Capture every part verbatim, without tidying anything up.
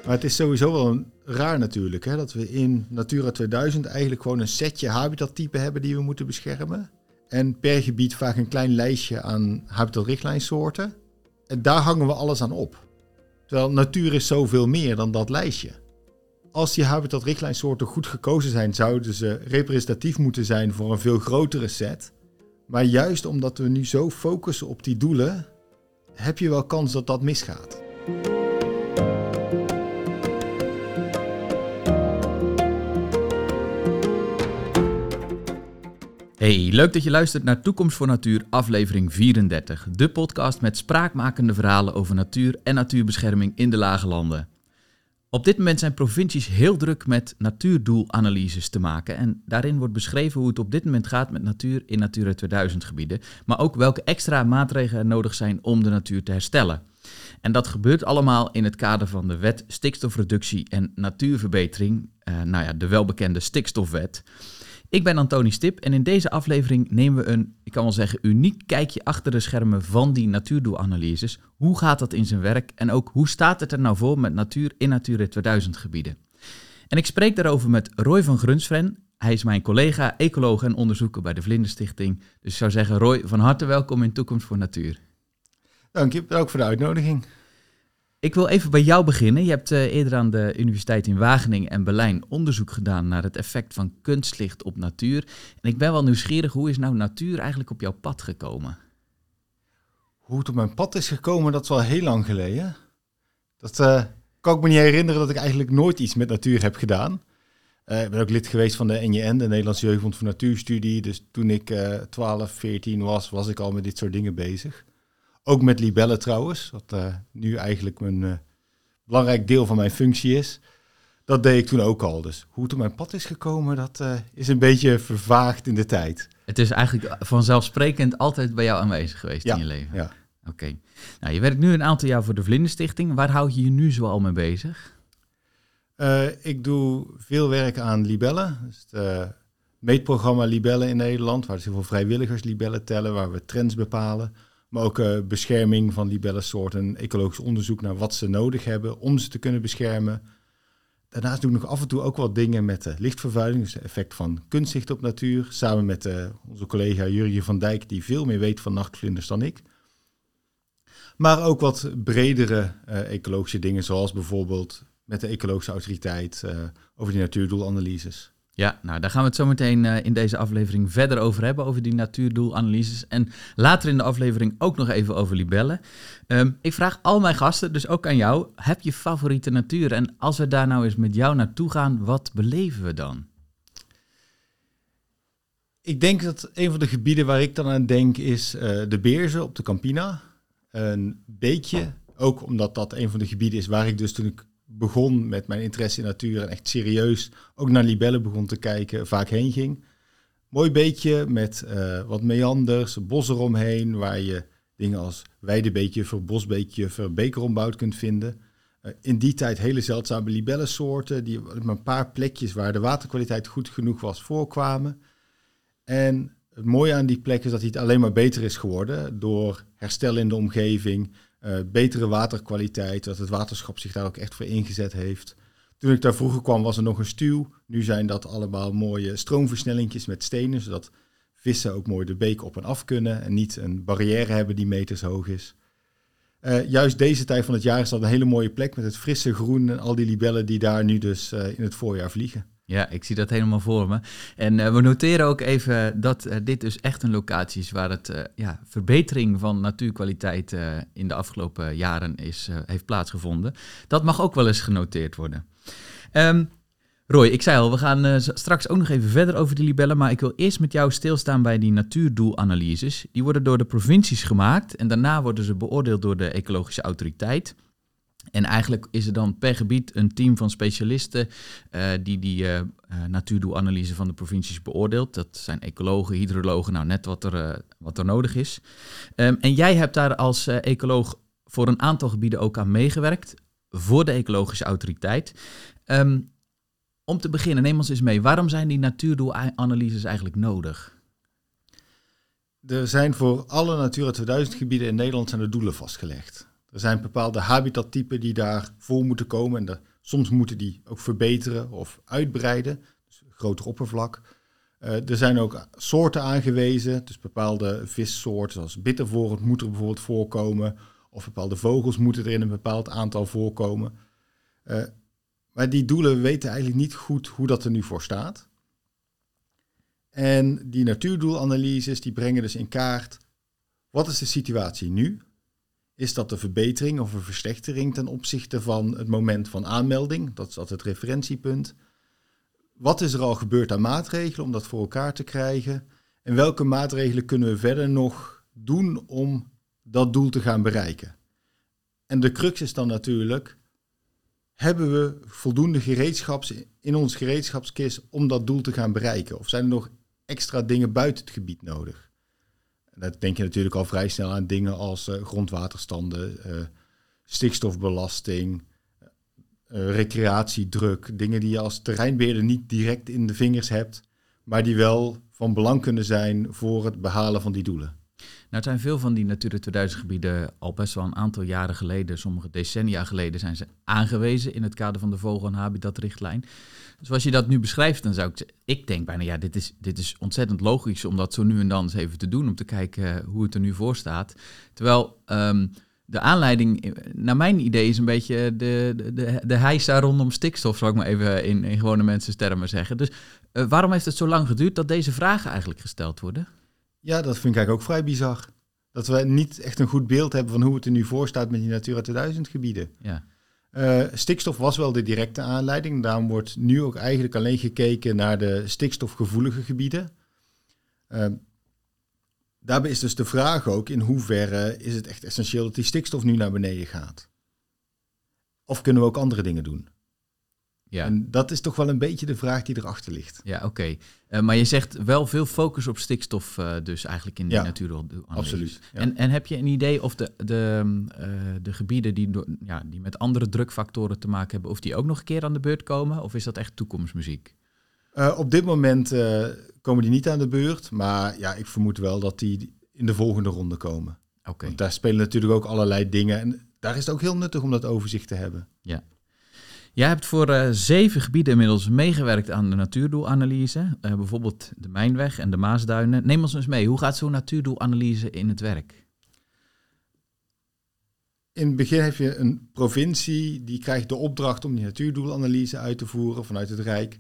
Maar het is sowieso wel een, raar natuurlijk, hè, dat we in Natura tweeduizend eigenlijk gewoon een setje habitattypen hebben die we moeten beschermen. En per gebied vaak een klein lijstje aan habitatrichtlijnsoorten. En daar hangen we alles aan op. Terwijl natuur is zoveel meer dan dat lijstje. Als die habitatrichtlijnsoorten goed gekozen zijn, zouden ze representatief moeten zijn voor een veel grotere set. Maar juist omdat we nu zo focussen op die doelen, heb je wel kans dat dat misgaat. Hey, leuk dat je luistert naar Toekomst voor Natuur, aflevering vierendertig. De podcast met spraakmakende verhalen over natuur en natuurbescherming in de Lage Landen. Op dit moment zijn provincies heel druk met natuurdoelanalyses te maken. En daarin wordt beschreven hoe het op dit moment gaat met natuur in Natura tweeduizend gebieden. Maar ook welke extra maatregelen er nodig zijn om de natuur te herstellen. En dat gebeurt allemaal in het kader van de wet stikstofreductie en natuurverbetering. Uh, nou ja, de welbekende stikstofwet. Ik ben Antoni Stip en in deze aflevering nemen we een, ik kan wel zeggen, uniek kijkje achter de schermen van die natuurdoelanalyses. Hoe gaat dat in zijn werk en ook hoe staat het er nou voor met natuur in Natura tweeduizend gebieden? En ik spreek daarover met Roy van Grunsven. Hij is mijn collega, ecoloog en onderzoeker bij de Vlinderstichting. Dus ik zou zeggen, Roy, van harte welkom in Toekomst voor Natuur. Dank je, bedankt voor de uitnodiging. Ik wil even bij jou beginnen. Je hebt uh, eerder aan de Universiteit in Wageningen en Berlijn onderzoek gedaan naar het effect van kunstlicht op natuur. En ik ben wel nieuwsgierig, hoe is nou natuur eigenlijk op jouw pad gekomen? Hoe het op mijn pad is gekomen, dat is wel heel lang geleden. Dat uh, kan ik me niet herinneren dat ik eigenlijk nooit iets met natuur heb gedaan. Uh, ik ben ook lid geweest van de N J N, de Nederlandse Jeugdbond voor Natuurstudie. Dus toen ik uh, twaalf, veertien was, was ik al met dit soort dingen bezig. Ook met libellen trouwens, wat uh, nu eigenlijk een uh, belangrijk deel van mijn functie is. Dat deed ik toen ook al. Dus hoe het op mijn pad is gekomen, dat uh, is een beetje vervaagd in de tijd. Het is eigenlijk vanzelfsprekend altijd bij jou aanwezig geweest ja, in je leven? Ja. Oké. Okay. Nou, je werkt nu een aantal jaar voor de Vlinderstichting. Waar houd je je nu zoal mee bezig? Uh, ik doe veel werk aan libellen. Dus het uh, meetprogramma Libellen in Nederland, waar dus heel veel vrijwilligers libellen tellen, waar we trends bepalen. Maar ook uh, bescherming van libellensoorten, ecologisch onderzoek naar wat ze nodig hebben om ze te kunnen beschermen. Daarnaast doe ik nog af en toe ook wat dingen met de lichtvervuiling, dus het effect van kunstlicht op natuur. Samen met uh, onze collega Jurgen van Dijk, die veel meer weet van nachtvlinders dan ik. Maar ook wat bredere uh, ecologische dingen, zoals bijvoorbeeld met de Ecologische Autoriteit uh, over die natuurdoelanalyses. Ja, nou daar gaan we het zo meteen uh, in deze aflevering verder over hebben, over die natuurdoelanalyses. En later in de aflevering ook nog even over libellen. Um, ik vraag al mijn gasten, dus ook aan jou, heb je favoriete natuur? En als we daar nou eens met jou naartoe gaan, wat beleven we dan? Ik denk dat een van de gebieden waar ik dan aan denk is uh, de Beerzen op de Campina. Een beekje, ook omdat dat een van de gebieden is waar ik dus toen ik begon met mijn interesse in natuur en echt serieus ook naar libellen begon te kijken, vaak heen ging. Mooi beekje met uh, wat meanders, bos eromheen, waar je dingen als weidebeekje, bosbeekje, bekerombouwd kunt vinden. Uh, in die tijd hele zeldzame libellensoorten, die op een paar plekjes waar de waterkwaliteit goed genoeg was, voorkwamen. En het mooie aan die plek is dat het alleen maar beter is geworden door herstel in de omgeving, Uh, betere waterkwaliteit, dat het waterschap zich daar ook echt voor ingezet heeft. Toen ik daar vroeger kwam was er nog een stuw. Nu zijn dat allemaal mooie stroomversnellingjes met stenen, zodat vissen ook mooi de beek op en af kunnen en niet een barrière hebben die meters hoog is. Uh, juist deze tijd van het jaar is dat een hele mooie plek met het frisse groen en al die libellen die daar nu dus uh, in het voorjaar vliegen. Ja, ik zie dat helemaal voor me. En uh, we noteren ook even dat uh, dit dus echt een locatie is waar het uh, ja, verbetering van natuurkwaliteit uh, in de afgelopen jaren is, uh, heeft plaatsgevonden. Dat mag ook wel eens genoteerd worden. Um, Roy, ik zei al, we gaan uh, straks ook nog even verder over die libellen, maar ik wil eerst met jou stilstaan bij die natuurdoelanalyses. Die worden door de provincies gemaakt en daarna worden ze beoordeeld door de Ecologische Autoriteit. En eigenlijk is er dan per gebied een team van specialisten uh, die die uh, uh, natuurdoelanalyse van de provincies beoordeelt. Dat zijn ecologen, hydrologen, nou net wat er, uh, wat er nodig is. Um, en jij hebt daar als uh, ecoloog voor een aantal gebieden ook aan meegewerkt, voor de Ecologische Autoriteit. Um, om te beginnen, neem ons eens mee, waarom zijn die natuurdoelanalyses eigenlijk nodig? Er zijn voor alle Natura tweeduizend gebieden in Nederland zijn er doelen vastgelegd. Er zijn bepaalde habitattypen die daar voor moeten komen. En er, Soms moeten die ook verbeteren of uitbreiden, dus groter oppervlak. Uh, er zijn ook soorten aangewezen, dus bepaalde vissoorten zoals bittervoort moet er bijvoorbeeld voorkomen, of bepaalde vogels moeten er in een bepaald aantal voorkomen. Uh, maar die doelen weten eigenlijk niet goed hoe dat er nu voor staat. En die natuurdoelanalyses die brengen dus in kaart, wat is de situatie nu? Is dat een verbetering of een verslechtering ten opzichte van het moment van aanmelding? Dat is altijd het referentiepunt. Wat is er al gebeurd aan maatregelen om dat voor elkaar te krijgen? En welke maatregelen kunnen we verder nog doen om dat doel te gaan bereiken? En de crux is dan natuurlijk, hebben we voldoende gereedschaps in ons gereedschapskist om dat doel te gaan bereiken? Of zijn er nog extra dingen buiten het gebied nodig? Dan denk je natuurlijk al vrij snel aan dingen als uh, grondwaterstanden, uh, stikstofbelasting, uh, recreatiedruk. Dingen die je als terreinbeheerder niet direct in de vingers hebt, maar die wel van belang kunnen zijn voor het behalen van die doelen. Nou, het zijn veel van die Natura tweeduizend gebieden al best wel een aantal jaren geleden, sommige decennia geleden, zijn ze aangewezen in het kader van de vogel- en habitatrichtlijn. Zoals je dat nu beschrijft, dan zou ik zeggen, ik denk bijna, ja, dit is, dit is ontzettend logisch om dat zo nu en dan eens even te doen, om te kijken hoe het er nu voor staat. Terwijl um, de aanleiding, naar mijn idee, is een beetje de, de, de, de heisa rondom stikstof, zal ik maar even in, in gewone mensenstermen zeggen. Dus uh, waarom heeft het zo lang geduurd dat deze vragen eigenlijk gesteld worden? Ja, dat vind ik eigenlijk ook vrij bizar. Dat we niet echt een goed beeld hebben van hoe het er nu voor staat met die Natura tweeduizend gebieden. Ja. Uh, stikstof was wel de directe aanleiding. Daarom wordt nu ook eigenlijk alleen gekeken naar de stikstofgevoelige gebieden. Uh, daarbij is dus de vraag ook in hoeverre is het echt essentieel dat die stikstof nu naar beneden gaat. Of kunnen we ook andere dingen doen? Ja. En dat is toch wel een beetje de vraag die erachter ligt. Ja, oké. Okay. Uh, maar je zegt wel veel focus op stikstof uh, dus eigenlijk in de ja, natuuranalyse. Absoluut. Ja. En, en heb je een idee of de, de, uh, de gebieden die, do, ja, die met andere drukfactoren te maken hebben, of die ook nog een keer aan de beurt komen? Of is dat echt toekomstmuziek? Uh, op dit moment uh, komen die niet aan de beurt. Maar ja, ik vermoed wel dat die in de volgende ronde komen. Oké. Okay. Want daar spelen natuurlijk ook allerlei dingen. En daar is het ook heel nuttig om dat overzicht te hebben. Ja. Jij hebt voor uh, zeven gebieden inmiddels meegewerkt aan de natuurdoelanalyse. Uh, bijvoorbeeld de Mijnweg en de Maasduinen. Neem ons eens mee, hoe gaat zo'n natuurdoelanalyse in het werk? In het begin heb je een provincie die krijgt de opdracht om die natuurdoelanalyse uit te voeren vanuit het Rijk.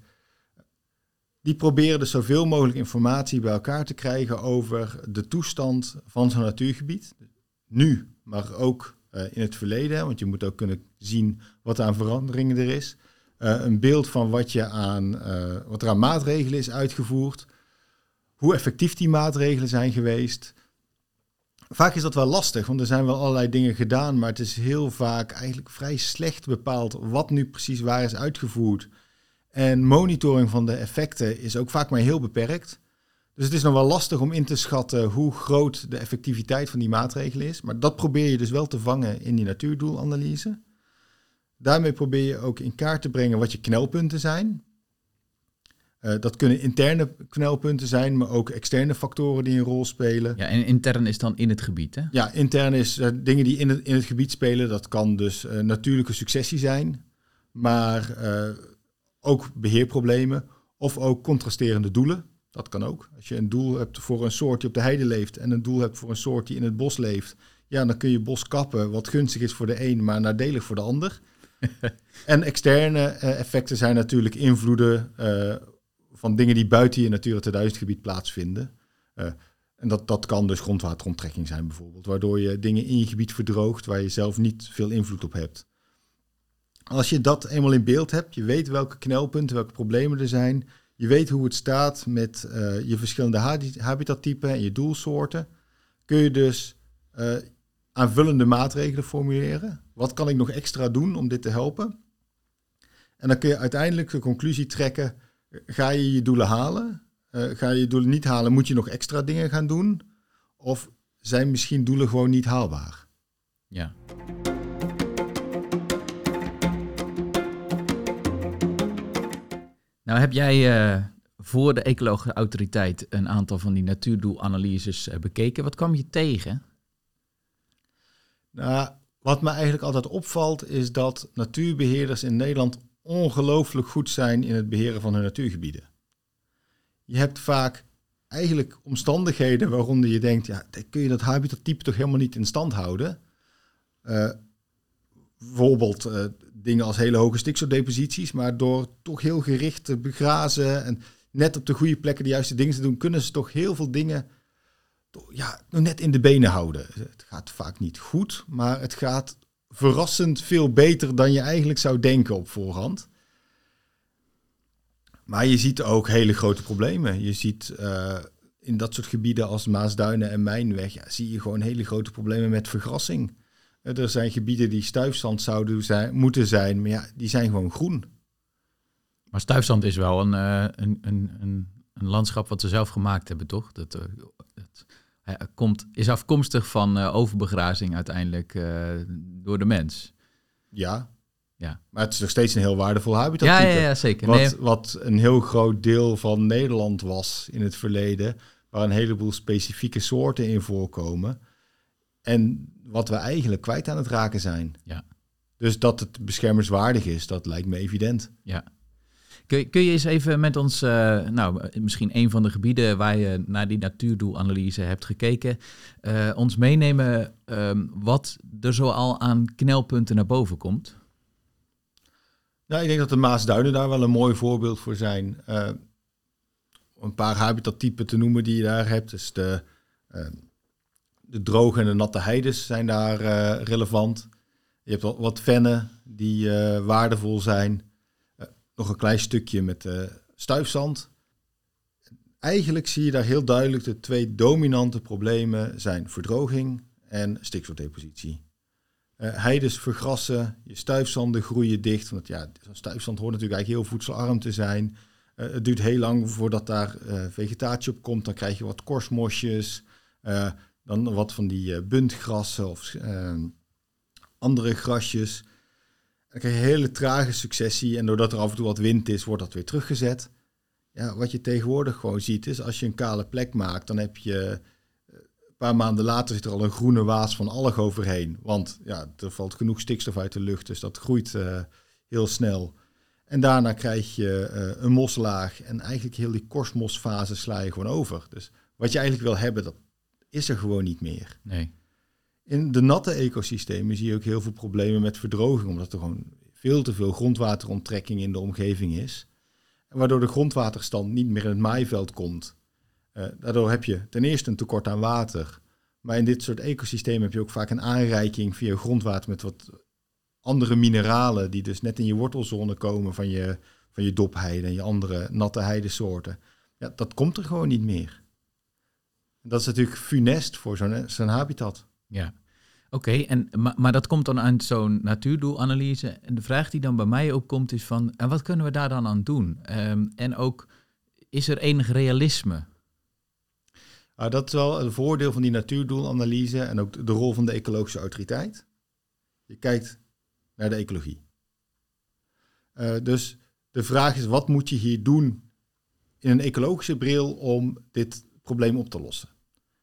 Die proberen dus zoveel mogelijk informatie bij elkaar te krijgen over de toestand van zo'n natuurgebied. Nu, maar ook uh, in het verleden, want je moet ook kunnen zien wat aan veranderingen er is. Uh, een beeld van wat, je aan, uh, wat er aan maatregelen is uitgevoerd, hoe effectief die maatregelen zijn geweest. Vaak is dat wel lastig, want er zijn wel allerlei dingen gedaan, maar het is heel vaak eigenlijk vrij slecht bepaald wat nu precies waar is uitgevoerd. En monitoring van de effecten is ook vaak maar heel beperkt. Dus het is nog wel lastig om in te schatten hoe groot de effectiviteit van die maatregelen is. Maar dat probeer je dus wel te vangen in die natuurdoelanalyse. Daarmee probeer je ook in kaart te brengen wat je knelpunten zijn. Uh, dat kunnen interne knelpunten zijn, maar ook externe factoren die een rol spelen. Ja, en intern is dan in het gebied, hè? Ja, intern is uh, dingen die in het, in het gebied spelen. Dat kan dus uh, natuurlijke successie zijn, maar uh, ook beheerproblemen of ook contrasterende doelen. Dat kan ook. Als je een doel hebt voor een soort die op de heide leeft en een doel hebt voor een soort die in het bos leeft, ja, dan kun je bos kappen wat gunstig is voor de een, maar nadelig voor de ander. En externe uh, effecten zijn natuurlijk invloeden uh, van dingen die buiten je Natura tweeduizend gebied plaatsvinden. Uh, en dat, dat kan dus grondwateronttrekking zijn bijvoorbeeld, waardoor je dingen in je gebied verdroogt waar je zelf niet veel invloed op hebt. Als je dat eenmaal in beeld hebt, je weet welke knelpunten, welke problemen er zijn, je weet hoe het staat met uh, je verschillende habitattypen en je doelsoorten, kun je dus uh, aanvullende maatregelen formuleren. Wat kan ik nog extra doen om dit te helpen? En dan kun je uiteindelijk de conclusie trekken, ga je je doelen halen? Uh, ga je je doelen niet halen, moet je nog extra dingen gaan doen? Of zijn misschien doelen gewoon niet haalbaar? Ja. Nou heb jij uh, voor de Ecologische Autoriteit een aantal van die natuurdoelanalyses uh, bekeken. Wat kwam je tegen? Nou, Wat me eigenlijk altijd opvalt is dat natuurbeheerders in Nederland ongelooflijk goed zijn in het beheren van hun natuurgebieden. Je hebt vaak eigenlijk omstandigheden waaronder je denkt, ja, dan kun je dat habitattype toch helemaal niet in stand houden. Uh, bijvoorbeeld uh, dingen als hele hoge stikstofdeposities, maar door toch heel gericht te begrazen en net op de goede plekken de juiste dingen te doen, kunnen ze toch heel veel dingen ja, nog net in de benen houden. Het gaat vaak niet goed, maar het gaat verrassend veel beter dan je eigenlijk zou denken op voorhand. Maar je ziet ook hele grote problemen. Je ziet uh, in dat soort gebieden als Maasduinen en Mijnweg, ja, zie je gewoon hele grote problemen met vergrassing. Uh, er zijn gebieden die stuifzand zouden zijn, moeten zijn, maar ja, die zijn gewoon groen. Maar stuifzand is wel een, uh, een, een, een, een landschap wat ze zelf gemaakt hebben, toch? Dat, uh, dat uh, komt, is afkomstig van uh, overbegrazing uiteindelijk uh, door de mens. Ja. Ja. Maar het is nog steeds een heel waardevol habitattype. Ja, ja, ja, zeker. Wat, nee. wat een heel groot deel van Nederland was in het verleden, waar een heleboel specifieke soorten in voorkomen. En wat we eigenlijk kwijt aan het raken zijn. Ja. Dus dat het beschermenswaardig is, dat lijkt me evident. Ja. Kun, kun je eens even met ons, uh, nou, misschien een van de gebieden waar je naar die natuurdoelanalyse hebt gekeken, uh, ons meenemen um, wat er zoal aan knelpunten naar boven komt? Nou, ik denk dat de Maasduinen daar wel een mooi voorbeeld voor zijn. Uh, een paar habitattypen te noemen die je daar hebt. Dus de, uh, de droge en de natte heides zijn daar uh, relevant. Je hebt wat vennen die uh, waardevol zijn. Uh, nog een klein stukje met uh, stuifzand. Eigenlijk zie je daar heel duidelijk de twee dominante problemen zijn verdroging en stikstofdepositie. Uh, heides vergrassen, je stuifzanden groeien dicht. Want ja, zo'n stuifzand hoort natuurlijk eigenlijk heel voedselarm te zijn. Uh, het duurt heel lang voordat daar uh, vegetatie op komt. Dan krijg je wat korsmosjes, uh, dan wat van die uh, buntgrassen of uh, andere grasjes. Dan krijg je een hele trage successie. En doordat er af en toe wat wind is, wordt dat weer teruggezet. Ja, wat je tegenwoordig gewoon ziet is, als je een kale plek maakt, dan heb je een paar maanden later zit er al een groene waas van alg overheen. Want ja, er valt genoeg stikstof uit de lucht, dus dat groeit uh, heel snel. En daarna krijg je uh, een moslaag en eigenlijk heel die korstmosfase sla je gewoon over. Dus wat je eigenlijk wil hebben, dat is er gewoon niet meer. Nee. In de natte ecosystemen zie je ook heel veel problemen met verdroging, omdat er gewoon veel te veel grondwateronttrekking in de omgeving is. En waardoor de grondwaterstand niet meer in het maaiveld komt. Uh, daardoor heb je ten eerste een tekort aan water. Maar in dit soort ecosystemen heb je ook vaak een aanreiking via grondwater met wat andere mineralen die dus net in je wortelzone komen van je, van je dopheide en je andere natte heidesoorten. Ja, dat komt er gewoon niet meer. Dat is natuurlijk funest voor zo'n, zo'n habitat. Ja, oké. Okay, en maar, maar dat komt dan uit zo'n natuurdoelanalyse. En de vraag die dan bij mij opkomt is van, en wat kunnen we daar dan aan doen? Um, en ook, is er enig realisme? Nou, dat is wel een voordeel van die natuurdoelanalyse en ook de rol van de ecologische autoriteit. Je kijkt naar de ecologie. Uh, dus de vraag is, wat moet je hier doen in een ecologische bril om dit probleem op te lossen?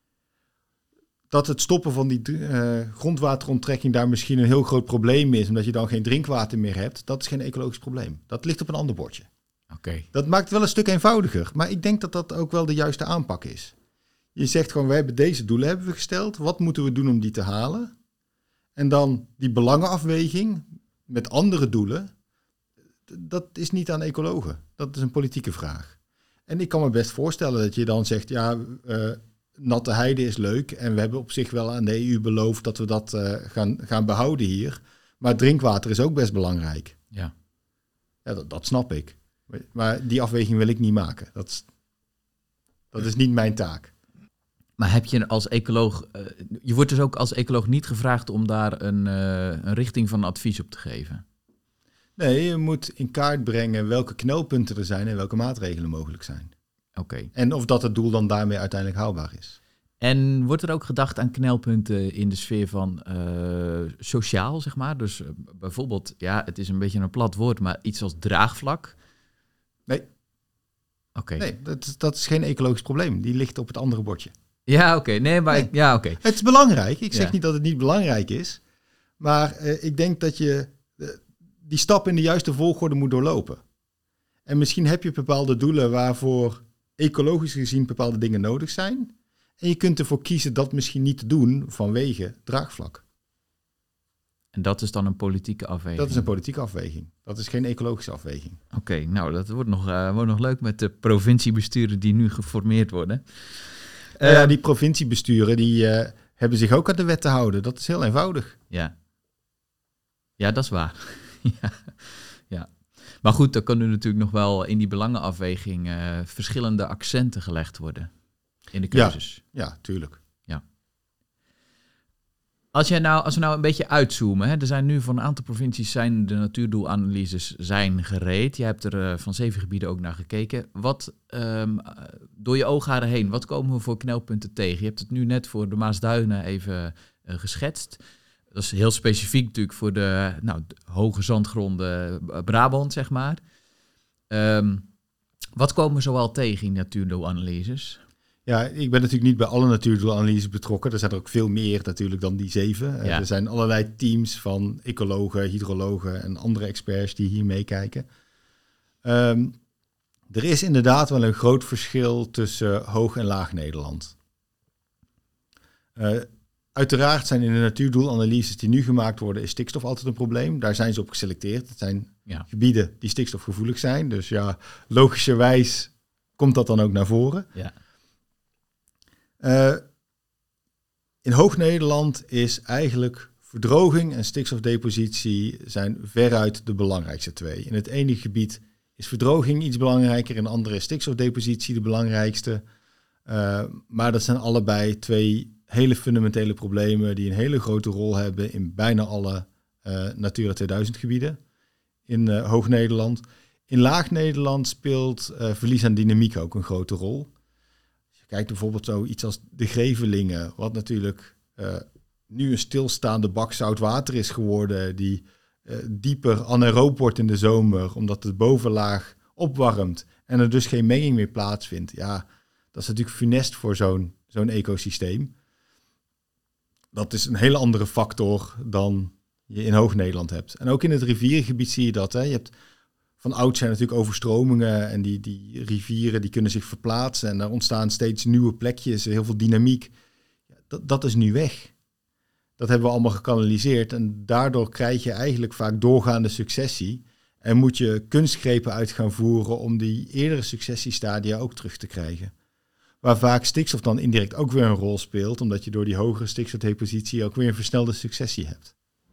Dat het stoppen van die uh, grondwateronttrekking daar misschien een heel groot probleem is, omdat je dan geen drinkwater meer hebt, dat is geen ecologisch probleem. Dat ligt op een ander bordje. Okay. Dat maakt het wel een stuk eenvoudiger, maar ik denk dat dat ook wel de juiste aanpak is. Je zegt gewoon, we hebben deze doelen hebben we gesteld. Wat moeten we doen om die te halen? En dan die belangenafweging met andere doelen, dat is niet aan ecologen. Dat is een politieke vraag. En ik kan me best voorstellen dat je dan zegt, ja, uh, natte heide is leuk. En we hebben op zich wel aan de E U beloofd dat we dat uh, gaan, gaan behouden hier. Maar drinkwater is ook best belangrijk. Ja. Ja, dat, dat snap ik. Maar die afweging wil ik niet maken. Dat is, dat is niet mijn taak. Maar heb je als ecoloog, uh, je wordt dus ook als ecoloog niet gevraagd om daar een, uh, een richting van advies op te geven? Nee, je moet in kaart brengen welke knelpunten er zijn en welke maatregelen mogelijk zijn. Oké. Okay. En of dat het doel dan daarmee uiteindelijk haalbaar is. En wordt er ook gedacht aan knelpunten in de sfeer van uh, sociaal, zeg maar? Dus uh, bijvoorbeeld, ja, het is een beetje een plat woord, maar iets als draagvlak? Nee. Oké. Okay. Nee, dat, dat is geen ecologisch probleem. Die ligt op het andere bordje. Ja, oké. Okay. Nee, maar... Nee. Ja, oké. Okay. Het is belangrijk. Ik zeg ja. niet dat het niet belangrijk is. Maar uh, ik denk dat je uh, die stap in de juiste volgorde moet doorlopen. En misschien heb je bepaalde doelen waarvoor ecologisch gezien bepaalde dingen nodig zijn. En je kunt ervoor kiezen dat misschien niet te doen vanwege draagvlak. En dat is dan een politieke afweging? Dat is een politieke afweging. Dat is geen ecologische afweging. Oké, okay, nou dat wordt nog, uh, wordt nog leuk met de provinciebesturen die nu geformeerd worden. Uh, ja, die provinciebesturen die uh, hebben zich ook aan de wet te houden. Dat is heel eenvoudig. Ja, ja dat is waar. ja. ja. Maar goed, dan kunnen natuurlijk nog wel in die belangenafweging uh, verschillende accenten gelegd worden in de keuzes. Ja, ja tuurlijk. Ja. Als, jij nou, als we nou een beetje uitzoomen, hè, er zijn nu van een aantal provincies zijn de natuurdoelanalyses zijn gereed. Je hebt er uh, van zeven gebieden ook naar gekeken. Wat, um, door je oogharen heen, wat komen we voor knelpunten tegen? Je hebt het nu net voor de Maasduinen even uh, geschetst. Dat is heel specifiek natuurlijk voor de, nou, de hoge zandgronden Brabant, zeg maar. Um, wat komen we zoal tegen in natuurdoelanalyses? Ja, ik ben natuurlijk niet bij alle natuurdoelanalyses betrokken. Er zijn er ook veel meer natuurlijk dan die zeven. Ja. Er zijn allerlei teams van ecologen, hydrologen en andere experts die hier meekijken. Um, er is inderdaad wel een groot verschil tussen Hoog- en Laag-Nederland. Uh, uiteraard zijn in de natuurdoelanalyses die nu gemaakt worden, is stikstof altijd een probleem. Daar zijn ze op geselecteerd. Het zijn ja. gebieden die stikstofgevoelig zijn. Dus ja, logischerwijs komt dat dan ook naar voren. Ja. Uh, in Hoog-Nederland is eigenlijk verdroging en stikstofdepositie zijn veruit de belangrijkste twee. In het ene gebied is verdroging iets belangrijker, in het andere is stikstofdepositie de belangrijkste. Uh, maar dat zijn allebei twee hele fundamentele problemen die een hele grote rol hebben in bijna alle uh, Natura tweeduizend gebieden in uh, Hoog-Nederland. In Laag-Nederland speelt uh, verlies aan dynamiek ook een grote rol. Kijk bijvoorbeeld zoiets als de Grevelingen, wat natuurlijk uh, nu een stilstaande bak zout water is geworden, die uh, dieper anaeroob wordt in de zomer, omdat de bovenlaag opwarmt en er dus geen menging meer plaatsvindt. Ja, dat is natuurlijk funest voor zo'n, zo'n ecosysteem. Dat is een hele andere factor dan je in Hoog-Nederland hebt. En ook in het rivierengebied zie je dat. Hè. Je hebt van oudsher natuurlijk overstromingen en die, die rivieren die kunnen zich verplaatsen en daar ontstaan steeds nieuwe plekjes, heel veel dynamiek. Dat, dat is nu weg. Dat hebben we allemaal gekanaliseerd en daardoor krijg je eigenlijk vaak doorgaande successie en moet je kunstgrepen uit gaan voeren om die eerdere successiestadia ook terug te krijgen. Waar vaak stikstof dan indirect ook weer een rol speelt, omdat je door die hogere stikstofdepositie ook weer een versnelde successie hebt.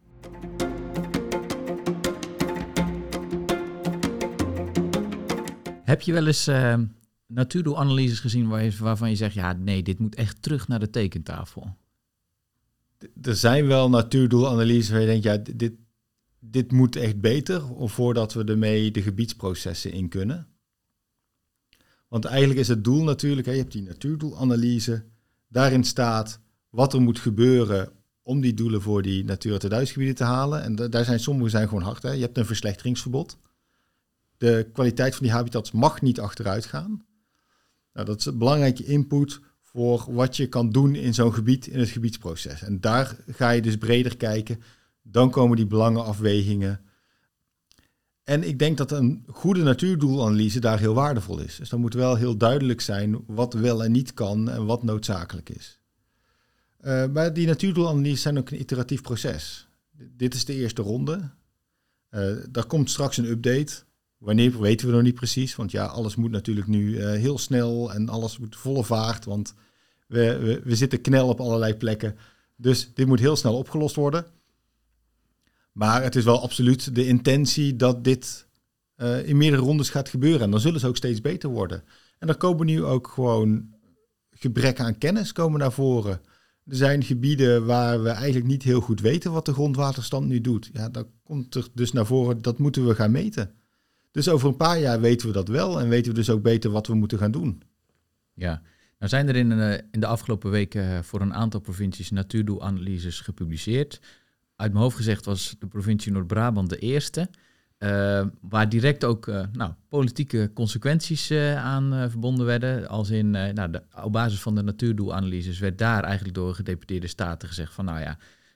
Heb je wel eens uh, natuurdoelanalyses gezien waar je, waarvan je zegt, ja nee, dit moet echt terug naar de tekentafel? Er zijn wel natuurdoelanalyses waar je denkt, ja, dit, dit moet echt beter, voordat we ermee de gebiedsprocessen in kunnen. Want eigenlijk is het doel natuurlijk, hè, je hebt die natuurdoelanalyse, daarin staat wat er moet gebeuren om die doelen voor die Natura tweeduizend gebieden te halen. En d- daar zijn sommige zijn gewoon hard. Hè. Je hebt een verslechteringsverbod. De kwaliteit van die habitats mag niet achteruit gaan. Nou, dat is een belangrijke input voor wat je kan doen in zo'n gebied, in het gebiedsproces. En daar ga je dus breder kijken. Dan komen die belangenafwegingen. En ik denk dat een goede natuurdoelanalyse daar heel waardevol is. Dus dan moet wel heel duidelijk zijn wat wel en niet kan en wat noodzakelijk is. Uh, maar die natuurdoelanalyses zijn ook een iteratief proces. D- dit is de eerste ronde. Uh, daar komt straks een update. Wanneer weten we nog niet precies. Want ja, alles moet natuurlijk nu uh, heel snel en alles moet volle vaart. Want we, we, we zitten knel op allerlei plekken. Dus dit moet heel snel opgelost worden. Maar het is wel absoluut de intentie dat dit uh, in meerdere rondes gaat gebeuren. En dan zullen ze ook steeds beter worden. En dan komen nu ook gewoon gebrek aan kennis komen naar voren. Er zijn gebieden waar we eigenlijk niet heel goed weten wat de grondwaterstand nu doet. Ja, dan komt er dus naar voren, dat moeten we gaan meten. Dus over een paar jaar weten we dat wel en weten we dus ook beter wat we moeten gaan doen. Ja, nou zijn er in, uh, in de afgelopen weken voor een aantal provincies natuurdoelanalyses gepubliceerd. Uit mijn hoofd gezegd was de provincie Noord-Brabant de eerste. Uh, waar direct ook uh, nou, politieke consequenties uh, aan uh, verbonden werden. Als in, uh, nou, de, op basis van de natuurdoelanalyses werd daar eigenlijk door gedeputeerde staten gezegd van nou ja,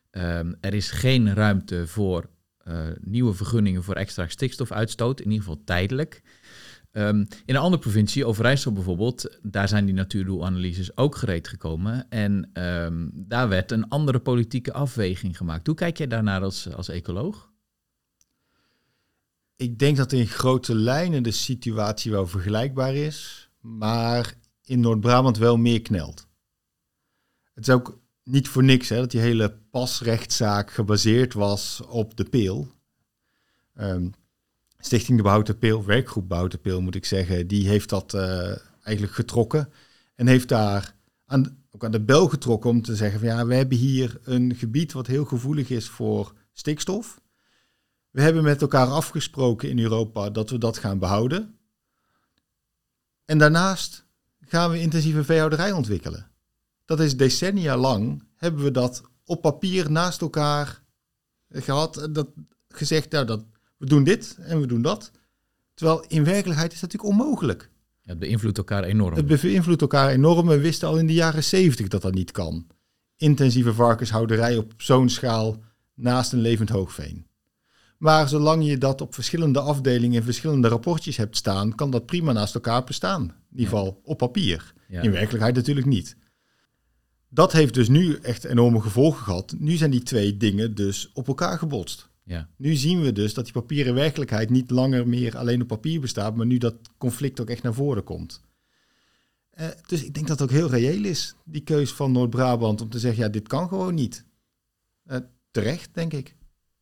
Um, er is geen ruimte voor uh, nieuwe vergunningen voor extra stikstofuitstoot, in ieder geval tijdelijk. Um, in een andere provincie, Overijssel bijvoorbeeld, daar zijn die natuurdoelanalyses ook gereed gekomen. En um, daar werd een andere politieke afweging gemaakt. Hoe kijk jij daarnaar als, als ecoloog? Ik denk dat in grote lijnen de situatie wel vergelijkbaar is, maar in Noord-Brabant wel meer knelt. Het is ook niet voor niks hè, dat die hele pasrechtszaak gebaseerd was op de Peel. Um, Stichting de Behoud de Peel, werkgroep Behoud de Peel moet ik zeggen, die heeft dat uh, eigenlijk getrokken. En heeft daar aan, ook aan de bel getrokken om te zeggen van ja, we hebben hier een gebied wat heel gevoelig is voor stikstof. We hebben met elkaar afgesproken in Europa dat we dat gaan behouden. En daarnaast gaan we intensieve veehouderij ontwikkelen. Dat is decennia lang, hebben we dat op papier naast elkaar gehad. Dat, gezegd, nou, dat, we doen dit en we doen dat. Terwijl in werkelijkheid is dat natuurlijk onmogelijk. Ja, het beïnvloedt elkaar enorm. Het beïnvloedt elkaar enorm. We wisten al in de jaren zeventig dat dat niet kan. Intensieve varkenshouderij op zo'n schaal naast een levend hoogveen. Maar zolang je dat op verschillende afdelingen in verschillende rapportjes hebt staan, kan dat prima naast elkaar bestaan. In ieder geval ja. op papier. Ja. In werkelijkheid natuurlijk niet. Dat heeft dus nu echt enorme gevolgen gehad. Nu zijn die twee dingen dus op elkaar gebotst. Ja. Nu zien we dus dat die papieren werkelijkheid niet langer meer alleen op papier bestaat, maar nu dat conflict ook echt naar voren komt. Uh, dus ik denk dat het ook heel reëel is, die keus van Noord-Brabant, om te zeggen, ja, dit kan gewoon niet. Uh, terecht, denk ik.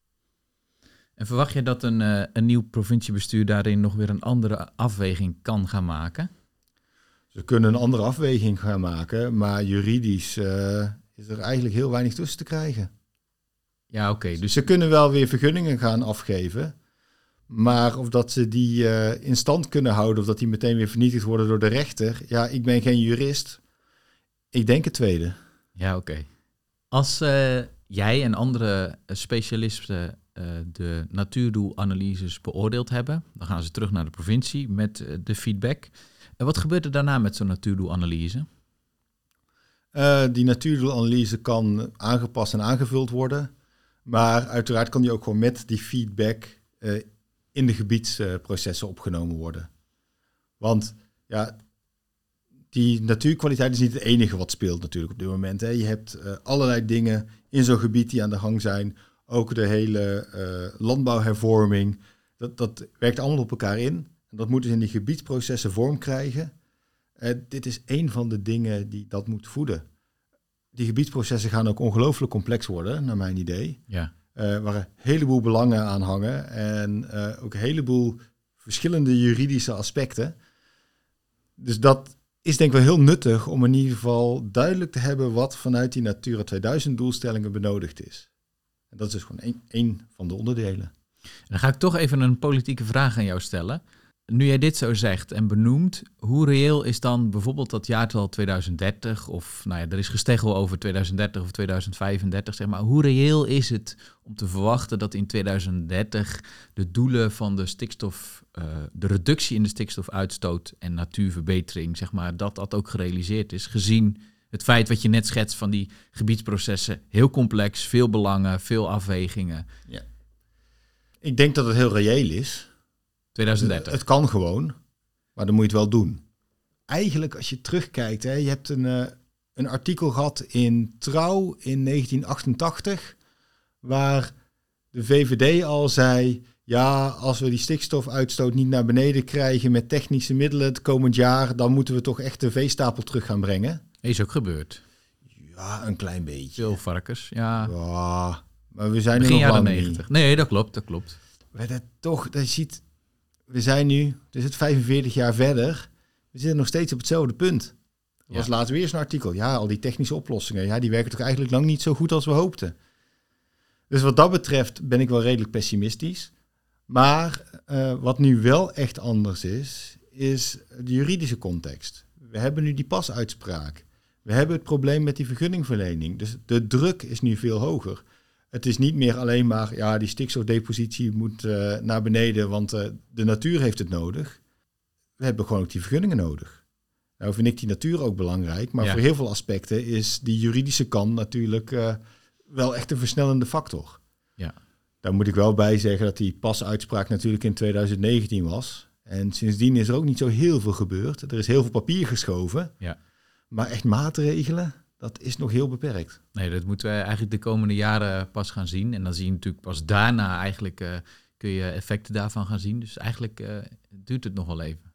En verwacht je dat een, uh, een nieuw provinciebestuur daarin nog weer een andere afweging kan gaan maken? Ze kunnen een andere afweging gaan maken, maar juridisch uh, is er eigenlijk heel weinig tussen te krijgen. Ja, oké. Okay, dus ze kunnen wel weer vergunningen gaan afgeven, maar of dat ze die uh, in stand kunnen houden, of dat die meteen weer vernietigd worden door de rechter, ja, ik ben geen jurist. Ik denk het tweede. Ja, oké. Okay. Als uh, jij en andere specialisten uh, de natuurdoelanalyses beoordeeld hebben, dan gaan ze terug naar de provincie met uh, de feedback. En wat gebeurt er daarna met zo'n natuurdoelanalyse? Uh, die natuurdoelanalyse kan aangepast en aangevuld worden. Maar uiteraard kan die ook gewoon met die feedback uh, in de gebiedsprocessen uh, opgenomen worden. Want ja, die natuurkwaliteit is niet het enige wat speelt natuurlijk op dit moment. Hè. Je hebt uh, allerlei dingen in zo'n gebied die aan de gang zijn. Ook de hele uh, landbouwhervorming. Dat, dat werkt allemaal op elkaar in. En dat moet dus in die gebiedsprocessen vorm krijgen. Uh, dit is één van de dingen die dat moet voeden. Die gebiedsprocessen gaan ook ongelooflijk complex worden, naar mijn idee. Ja. Uh, waar een heleboel belangen aan hangen. En uh, ook een heleboel verschillende juridische aspecten. Dus dat is denk ik wel heel nuttig om in ieder geval duidelijk te hebben wat vanuit die Natura tweeduizend doelstellingen benodigd is. En dat is dus gewoon één, één van de onderdelen. Dan ga ik toch even een politieke vraag aan jou stellen. Nu jij dit zo zegt en benoemt, hoe reëel is dan bijvoorbeeld dat jaartal tweeduizend dertig... of nou ja, er is gesteggel over tweeduizend dertig of tweeduizend vijfendertig, zeg maar. Hoe reëel is het om te verwachten dat in tweeduizend dertig de doelen van de stikstof, uh, de reductie in de stikstofuitstoot en natuurverbetering, zeg maar, dat dat ook gerealiseerd is, gezien het feit wat je net schetst van die gebiedsprocessen, heel complex, veel belangen, veel afwegingen. Ja. Ik denk dat het heel reëel is. tweeduizend dertig. Het kan gewoon, maar dan moet je het wel doen. Eigenlijk als je terugkijkt, hè, je hebt een, uh, een artikel gehad in Trouw in negentien achtentachtig... waar de V V D al zei, ja, als we die stikstofuitstoot niet naar beneden krijgen met technische middelen het komend jaar, dan moeten we toch echt de veestapel terug gaan brengen. Is ook gebeurd. Ja, een klein beetje. Veel varkens, ja. Ja, maar we zijn Begin er nog lang negentig. niet. Nee, dat klopt, dat klopt. Maar dat toch, dat je ziet, we zijn nu, dus het vijfenveertig jaar verder, we zitten nog steeds op hetzelfde punt. Er was Ja. laatst weer eens een artikel. Ja, al die technische oplossingen, ja, die werken toch eigenlijk lang niet zo goed als we hoopten. Dus wat dat betreft ben ik wel redelijk pessimistisch. Maar uh, wat nu wel echt anders is, is de juridische context. We hebben nu die pasuitspraak. We hebben het probleem met die vergunningverlening. Dus de druk is nu veel hoger. Het is niet meer alleen maar, ja, die stikstofdepositie moet uh, naar beneden, want uh, de natuur heeft het nodig. We hebben gewoon ook die vergunningen nodig. Nou vind ik die natuur ook belangrijk, maar Ja. voor heel veel aspecten is die juridische kant natuurlijk uh, wel echt een versnellende factor. Ja. Daar moet ik wel bij zeggen dat die pasuitspraak natuurlijk in twintig negentien was. En sindsdien is er ook niet zo heel veel gebeurd. Er is heel veel papier geschoven. Ja. Maar echt maatregelen, dat is nog heel beperkt. Nee, dat moeten we eigenlijk de komende jaren pas gaan zien. En dan zie je natuurlijk pas daarna eigenlijk uh, kun je effecten daarvan gaan zien. Dus eigenlijk uh, duurt het nog wel even.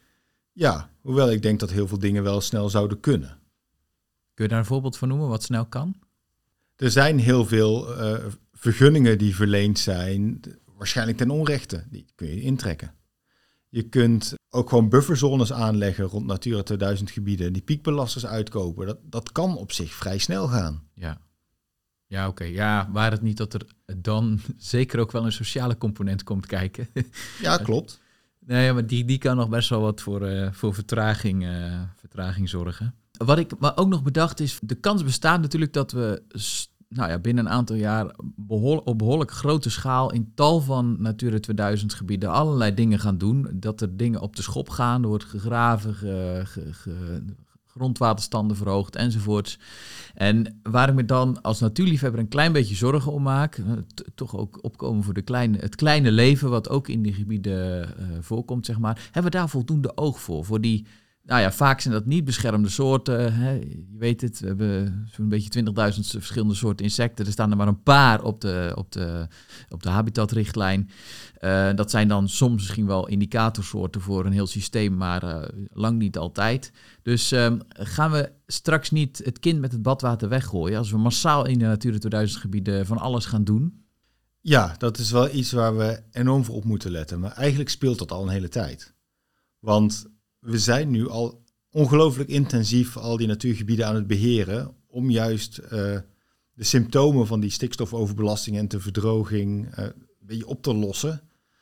Ja, hoewel ik denk dat heel veel dingen wel snel zouden kunnen. Kun je daar een voorbeeld van noemen wat snel kan? Er zijn heel veel uh, vergunningen die verleend zijn, waarschijnlijk ten onrechte. Die kun je intrekken. Je kunt ook gewoon bufferzones aanleggen rond Natura tweeduizend gebieden. Die piekbelasters uitkopen. Dat, dat kan op zich vrij snel gaan. Ja, ja oké. Okay. Ja, waar het niet dat er dan zeker ook wel een sociale component komt kijken. Ja, klopt. Nee, maar die, die kan nog best wel wat voor, uh, voor vertraging, uh, vertraging zorgen. Wat ik maar ook nog bedacht is, de kans bestaat natuurlijk dat we nou ja, binnen een aantal jaar behol- op behoorlijk grote schaal in tal van Natura tweeduizend gebieden allerlei dingen gaan doen. Dat er dingen op de schop gaan, er wordt gegraven, ge, ge, ge, grondwaterstanden verhoogd enzovoorts. En waar ik me dan als natuurliefhebber een klein beetje zorgen om maak, t- toch ook opkomen voor de kleine, het kleine leven wat ook in die gebieden uh, voorkomt, zeg maar. Hebben we daar voldoende oog voor? Voor die, nou ja, vaak zijn dat niet beschermde soorten. Hè? Je weet het, we hebben zo'n beetje twintigduizend verschillende soorten insecten. Er staan er maar een paar op de, op de, op de habitatrichtlijn. Uh, dat zijn dan soms misschien wel indicatorsoorten voor een heel systeem, maar uh, lang niet altijd. Dus uh, gaan we straks niet het kind met het badwater weggooien als we massaal in de Natura tweeduizend gebieden van alles gaan doen? Ja, dat is wel iets waar we enorm voor op moeten letten. Maar eigenlijk speelt dat al een hele tijd. Want we zijn nu al ongelooflijk intensief al die natuurgebieden aan het beheren om juist uh, de symptomen van die stikstofoverbelasting en de verdroging uh, een beetje op te lossen.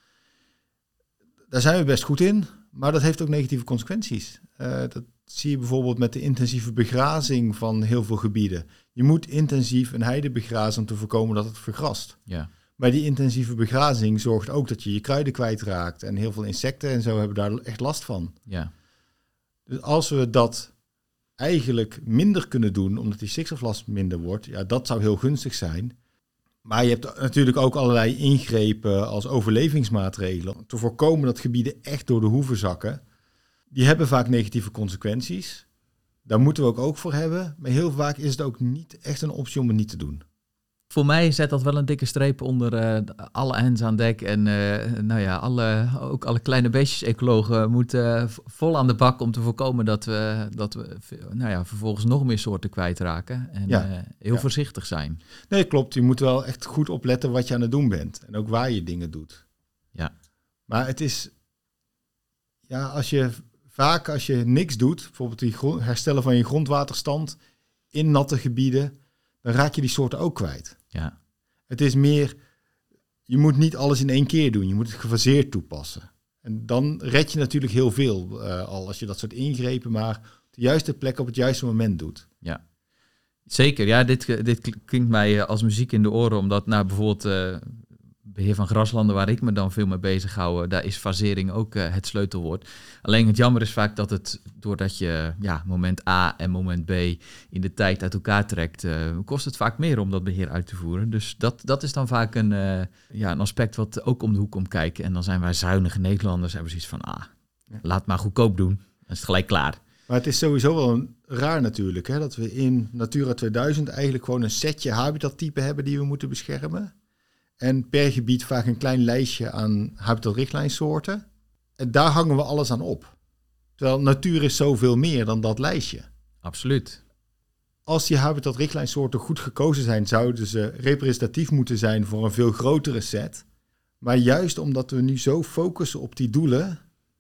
Daar zijn we best goed in, maar dat heeft ook negatieve consequenties. Uh, dat zie je bijvoorbeeld met de intensieve begrazing van heel veel gebieden. Je moet intensief een heide begrazen om te voorkomen dat het vergrast. Ja. Maar die intensieve begrazing zorgt ook dat je je kruiden kwijtraakt. En heel veel insecten en zo hebben daar echt last van. Ja. Dus als we dat eigenlijk minder kunnen doen, omdat die stikstoflast minder wordt, ja, dat zou heel gunstig zijn. Maar je hebt natuurlijk ook allerlei ingrepen als overlevingsmaatregelen om te voorkomen dat gebieden echt door de hoeven zakken. Die hebben vaak negatieve consequenties. Daar moeten we ook oog voor hebben. Maar heel vaak is het ook niet echt een optie om het niet te doen. Voor mij zet dat wel een dikke streep onder uh, alle hands aan dek. En uh, nou ja, alle, ook alle kleine beestjes-ecologen moeten uh, vol aan de bak om te voorkomen dat we, dat we nou ja, vervolgens nog meer soorten kwijtraken. En ja. uh, heel ja. voorzichtig zijn. Nee, klopt. Je moet wel echt goed opletten wat je aan het doen bent. En ook waar je dingen doet. Ja. Maar het is, ja, als je vaak als je niks doet, bijvoorbeeld die grond, herstellen van je grondwaterstand in natte gebieden, dan raak je die soorten ook kwijt. Ja. Het is meer, je moet niet alles in één keer doen. Je moet het gefaseerd toepassen. En dan red je natuurlijk heel veel uh, al als je dat soort ingrepen maar op de juiste plek op het juiste moment doet. Ja, zeker. Ja, dit, dit klinkt mij als muziek in de oren, omdat nou bijvoorbeeld uh, beheer van graslanden, waar ik me dan veel mee bezig hou, daar is fasering ook uh, het sleutelwoord. Alleen het jammer is vaak dat het, doordat je ja, moment A en moment B in de tijd uit elkaar trekt, uh, kost het vaak meer om dat beheer uit te voeren. Dus dat, dat is dan vaak een, uh, ja, een aspect wat ook om de hoek komt kijken. En dan zijn wij zuinige Nederlanders, hebben zoiets van, ah, ja. laat maar goedkoop doen. Dan is het gelijk klaar. Maar het is sowieso wel een, raar natuurlijk, hè, dat we in Natura tweeduizend eigenlijk gewoon een setje habitattypen hebben die we moeten beschermen. En per gebied vaak een klein lijstje aan habitatrichtlijnsoorten. En daar hangen we alles aan op. Terwijl natuur is zoveel meer dan dat lijstje. Absoluut. Als die habitatrichtlijnsoorten goed gekozen zijn, zouden ze representatief moeten zijn voor een veel grotere set. Maar juist omdat we nu zo focussen op die doelen,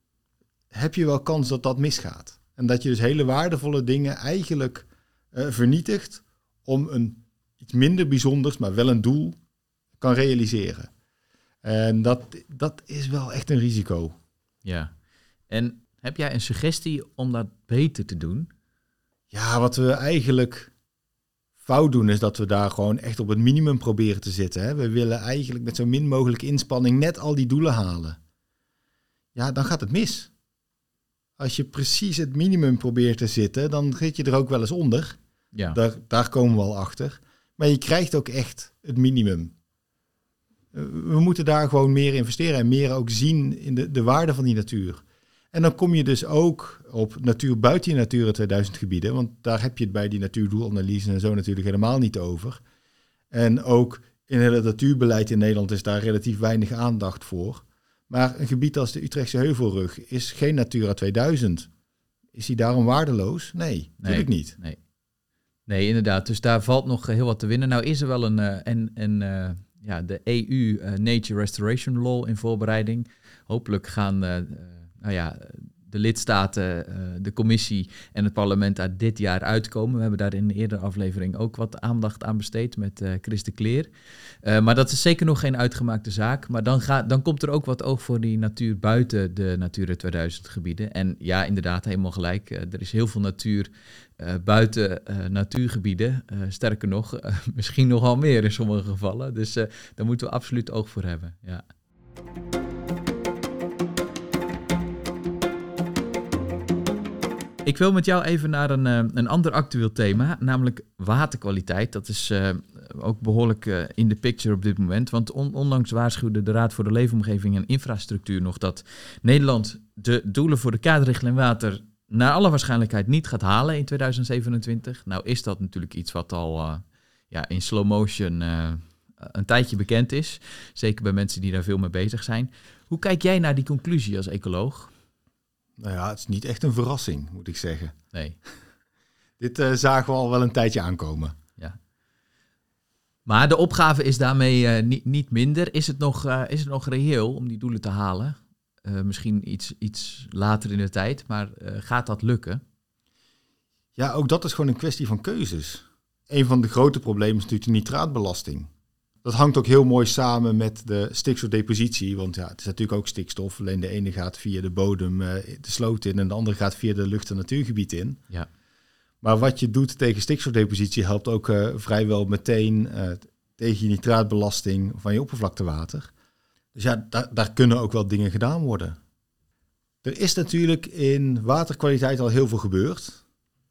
heb je wel kans dat dat misgaat. En dat je dus hele waardevolle dingen eigenlijk uh, vernietigt om een iets minder bijzonders, maar wel een doel kan realiseren. En dat, dat is wel echt een risico. Ja. En heb jij een suggestie om dat beter te doen? Ja, wat we eigenlijk fout doen is dat we daar gewoon echt op het minimum proberen te zitten. Hè. We willen eigenlijk met zo min mogelijk inspanning net al die doelen halen. Ja, dan gaat het mis. Als je precies het minimum probeert te zitten, dan zit je er ook wel eens onder. Ja. Daar, daar komen we al achter. Maar je krijgt ook echt het minimum. We moeten daar gewoon meer investeren en meer ook zien in de, de waarde van die natuur. En dan kom je dus ook op natuur buiten die Natura tweeduizend gebieden, want daar heb je het bij die natuurdoelanalyse en zo natuurlijk helemaal niet over. En ook in het natuurbeleid in Nederland is daar relatief weinig aandacht voor. Maar een gebied als de Utrechtse Heuvelrug is geen Natura tweeduizend. Is die daarom waardeloos? Nee, natuurlijk nee, niet. Nee. nee, inderdaad. Dus daar valt nog heel wat te winnen. Nou is er wel een, uh, een, een uh, ja, de E U uh, Nature Restoration Law in voorbereiding. Hopelijk gaan uh, uh, nou ja, de lidstaten, uh, de commissie en het parlement daar dit jaar uitkomen. We hebben daar in een eerdere aflevering ook wat aandacht aan besteed met uh, Chris de Kleer. Uh, maar dat is zeker nog geen uitgemaakte zaak. Maar dan, gaat, dan komt er ook wat oog voor die natuur buiten de Natura tweeduizend gebieden. En ja, inderdaad, helemaal gelijk. Uh, er is heel veel natuur uh, buiten uh, natuurgebieden. Uh, sterker nog, uh, misschien nogal meer in sommige gevallen. Dus uh, daar moeten we absoluut oog voor hebben. Ja. Ik wil met jou even naar een, uh, een ander actueel thema, namelijk waterkwaliteit. Dat is uh, ook behoorlijk uh, in de picture op dit moment. Want on- onlangs waarschuwde de Raad voor de Leefomgeving en Infrastructuur nog dat Nederland de doelen voor de kaderrichtlijn water naar alle waarschijnlijkheid niet gaat halen in tweeduizend zevenentwintig. Nou is dat natuurlijk iets wat al uh, ja, in slow motion uh, een tijdje bekend is. Zeker bij mensen die daar veel mee bezig zijn. Hoe kijk jij naar die conclusie als ecoloog? Nou ja, het is niet echt een verrassing, moet ik zeggen. Nee. Dit uh, zagen we al wel een tijdje aankomen. Ja. Maar de opgave is daarmee uh, niet, niet minder. Is het, nog, uh, is het nog reëel om die doelen te halen? Uh, misschien iets, iets later in de tijd, maar uh, gaat dat lukken? Ja, ook dat is gewoon een kwestie van keuzes. Een van de grote problemen is natuurlijk de nitraatbelasting. Dat hangt ook heel mooi samen met de stikstofdepositie, want ja, het is natuurlijk ook stikstof. Alleen de ene gaat via de bodem uh, de sloot in en de andere gaat via de lucht- en natuurgebied in. Ja. Maar wat je doet tegen stikstofdepositie helpt ook uh, vrijwel meteen uh, tegen je nitraatbelasting van je oppervlaktewater. Dus ja, daar, daar kunnen ook wel dingen gedaan worden. Er is natuurlijk in waterkwaliteit al heel veel gebeurd.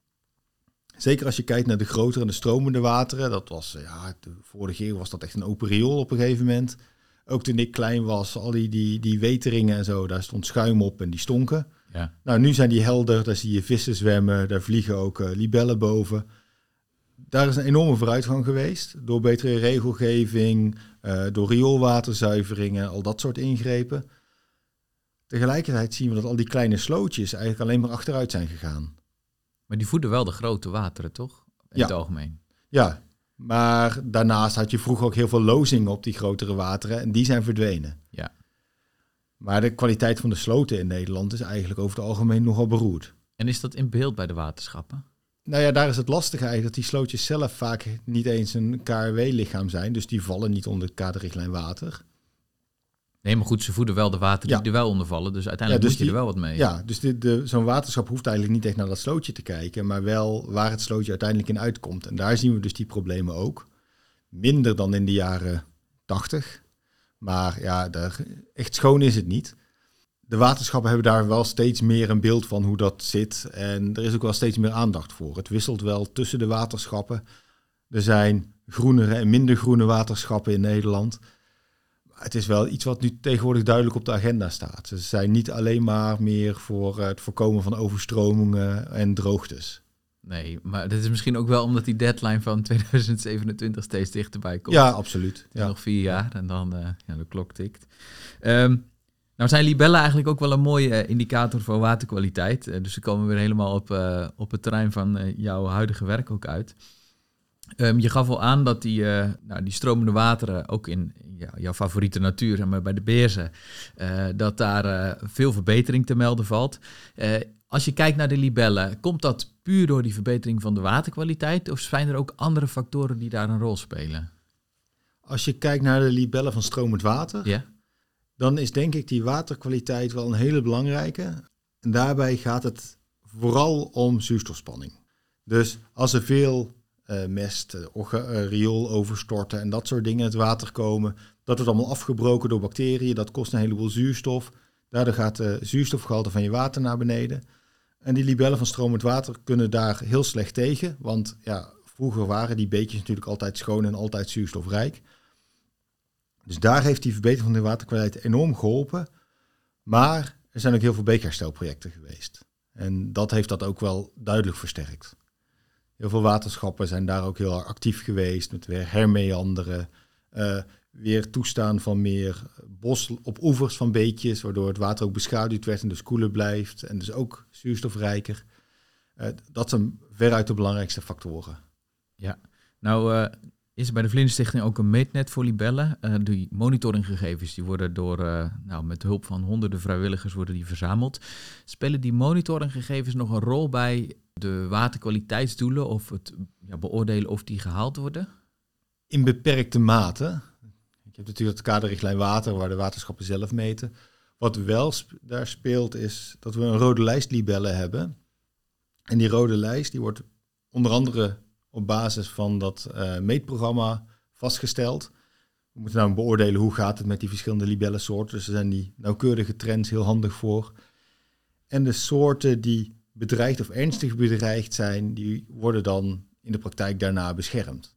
Zeker als je kijkt naar de grotere en de stromende wateren. Dat was, ja, de vorige eeuw was dat echt een open riool op een gegeven moment. Ook toen ik klein was, al die, die, die weteringen en zo, daar stond schuim op en die stonken. Ja. Nou, nu zijn die helder, daar zie je vissen zwemmen, daar vliegen ook uh, libellen boven. Daar is een enorme vooruitgang geweest door betere regelgeving, uh, door rioolwaterzuiveringen, al dat soort ingrepen. Tegelijkertijd zien we dat al die kleine slootjes eigenlijk alleen maar achteruit zijn gegaan. Maar die voeden wel de grote wateren, toch? In ja. het algemeen. Ja, maar daarnaast had je vroeger ook heel veel lozingen op die grotere wateren en die zijn verdwenen. Ja. Maar de kwaliteit van de sloten in Nederland is eigenlijk over het algemeen nogal beroerd. En is dat in beeld bij de waterschappen? Nou ja, daar is het lastige eigenlijk dat die slootjes zelf vaak niet eens een K R W-lichaam zijn. Dus die vallen niet onder de kaderrichtlijn water. Nee, maar goed, ze voeden wel de wateren ja. die er wel onder vallen. Dus uiteindelijk ja, dus moet je die, er wel wat mee. Ja, dus de, de, zo'n waterschap hoeft eigenlijk niet echt naar dat slootje te kijken. Maar wel waar het slootje uiteindelijk in uitkomt. En daar zien we dus die problemen ook. Minder dan in de jaren tachtig. Maar ja, daar, echt schoon is het niet. De waterschappen hebben daar wel steeds meer een beeld van hoe dat zit. En er is ook wel steeds meer aandacht voor. Het wisselt wel tussen de waterschappen. Er zijn groenere en minder groene waterschappen in Nederland. Het is wel iets wat nu tegenwoordig duidelijk op de agenda staat. Ze zijn niet alleen maar meer voor het voorkomen van overstromingen en droogtes. Nee, maar dit is misschien ook wel omdat die deadline van tweeduizend zevenentwintig steeds dichterbij komt. Ja, absoluut. Ja. Nog vier jaar en dan uh, ja, de klok tikt. Um, nou zijn libellen eigenlijk ook wel een mooie uh, indicator voor waterkwaliteit. Uh, dus ze komen weer helemaal op, uh, op het terrein van uh, jouw huidige werk ook uit. Um, je gaf al aan dat die, uh, nou, die stromende wateren, ook in ja, jouw favoriete natuur, maar bij de Beersen, uh, dat daar uh, veel verbetering te melden valt. Uh, als je kijkt naar de libellen, komt dat puur door die verbetering van de waterkwaliteit of zijn er ook andere factoren die daar een rol spelen? Als je kijkt naar de libellen van stromend water, ja. dan is denk ik die waterkwaliteit wel een hele belangrijke. En daarbij gaat het vooral om zuurstofspanning. Dus als er veel Uh, mest, uh, uh, riool overstorten en dat soort dingen in het water komen. Dat wordt allemaal afgebroken door bacteriën. Dat kost een heleboel zuurstof. Daardoor gaat de zuurstofgehalte van je water naar beneden. En die libellen van stromend water kunnen daar heel slecht tegen. Want ja, Vroeger waren die beekjes natuurlijk altijd schoon en altijd zuurstofrijk. Dus daar heeft die verbetering van de waterkwaliteit enorm geholpen. Maar er zijn ook heel veel beekherstelprojecten geweest. En dat heeft dat ook wel duidelijk versterkt. Heel veel waterschappen zijn daar ook heel actief geweest met weer hermeanderen, uh, weer toestaan van meer bos op oevers van beekjes, waardoor het water ook beschaduwd werd en dus koeler blijft en dus ook zuurstofrijker. Uh, dat zijn veruit de belangrijkste factoren. Ja, nou uh, is er bij de Vlinderstichting ook een meetnet voor libellen. Uh, die monitoringgegevens die worden door, uh, nou, met hulp van honderden vrijwilligers worden die verzameld. Spelen die monitoringgegevens nog een rol bij de waterkwaliteitsdoelen of het ja, beoordelen of die gehaald worden? In beperkte mate. Je hebt natuurlijk de kaderrichtlijn water waar de waterschappen zelf meten. Wat wel sp- daar speelt is dat we een rode lijst libellen hebben. En die rode lijst die wordt onder andere op basis van dat uh, meetprogramma vastgesteld. We moeten nou beoordelen hoe gaat het met die verschillende libellensoorten. Dus er zijn die nauwkeurige trends heel handig voor. En de soorten die bedreigd of ernstig bedreigd zijn, die worden dan in de praktijk daarna beschermd.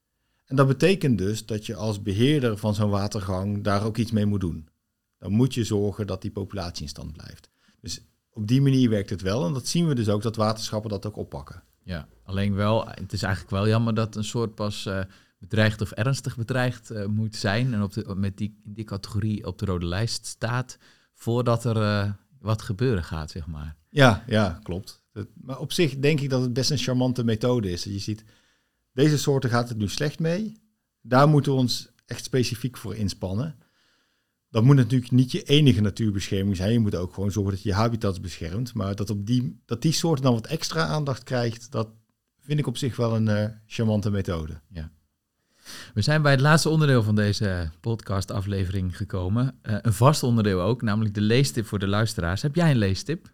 En dat betekent dus dat je als beheerder van zo'n watergang daar ook iets mee moet doen. Dan moet je zorgen dat die populatie in stand blijft. Dus op die manier werkt het wel. En dat zien we dus ook dat waterschappen dat ook oppakken. Ja, alleen wel, het is eigenlijk wel jammer dat een soort pas uh, bedreigd of ernstig bedreigd uh, moet zijn. En op de, met die, in die categorie op de rode lijst staat voordat er uh, wat gebeuren gaat, zeg maar. Ja, ja, klopt. Het, maar op zich denk ik dat het best een charmante methode is. Je ziet, deze soorten gaat het nu slecht mee. Daar moeten we ons echt specifiek voor inspannen. Dat moet natuurlijk niet je enige natuurbescherming zijn. Je moet ook gewoon zorgen dat je je habitats beschermt. Maar dat, op die, dat die soorten dan wat extra aandacht krijgt, dat vind ik op zich wel een uh, charmante methode. Ja. We zijn bij het laatste onderdeel van deze podcastaflevering gekomen. Uh, een vast onderdeel ook, namelijk de leestip voor de luisteraars. Heb jij een leestip?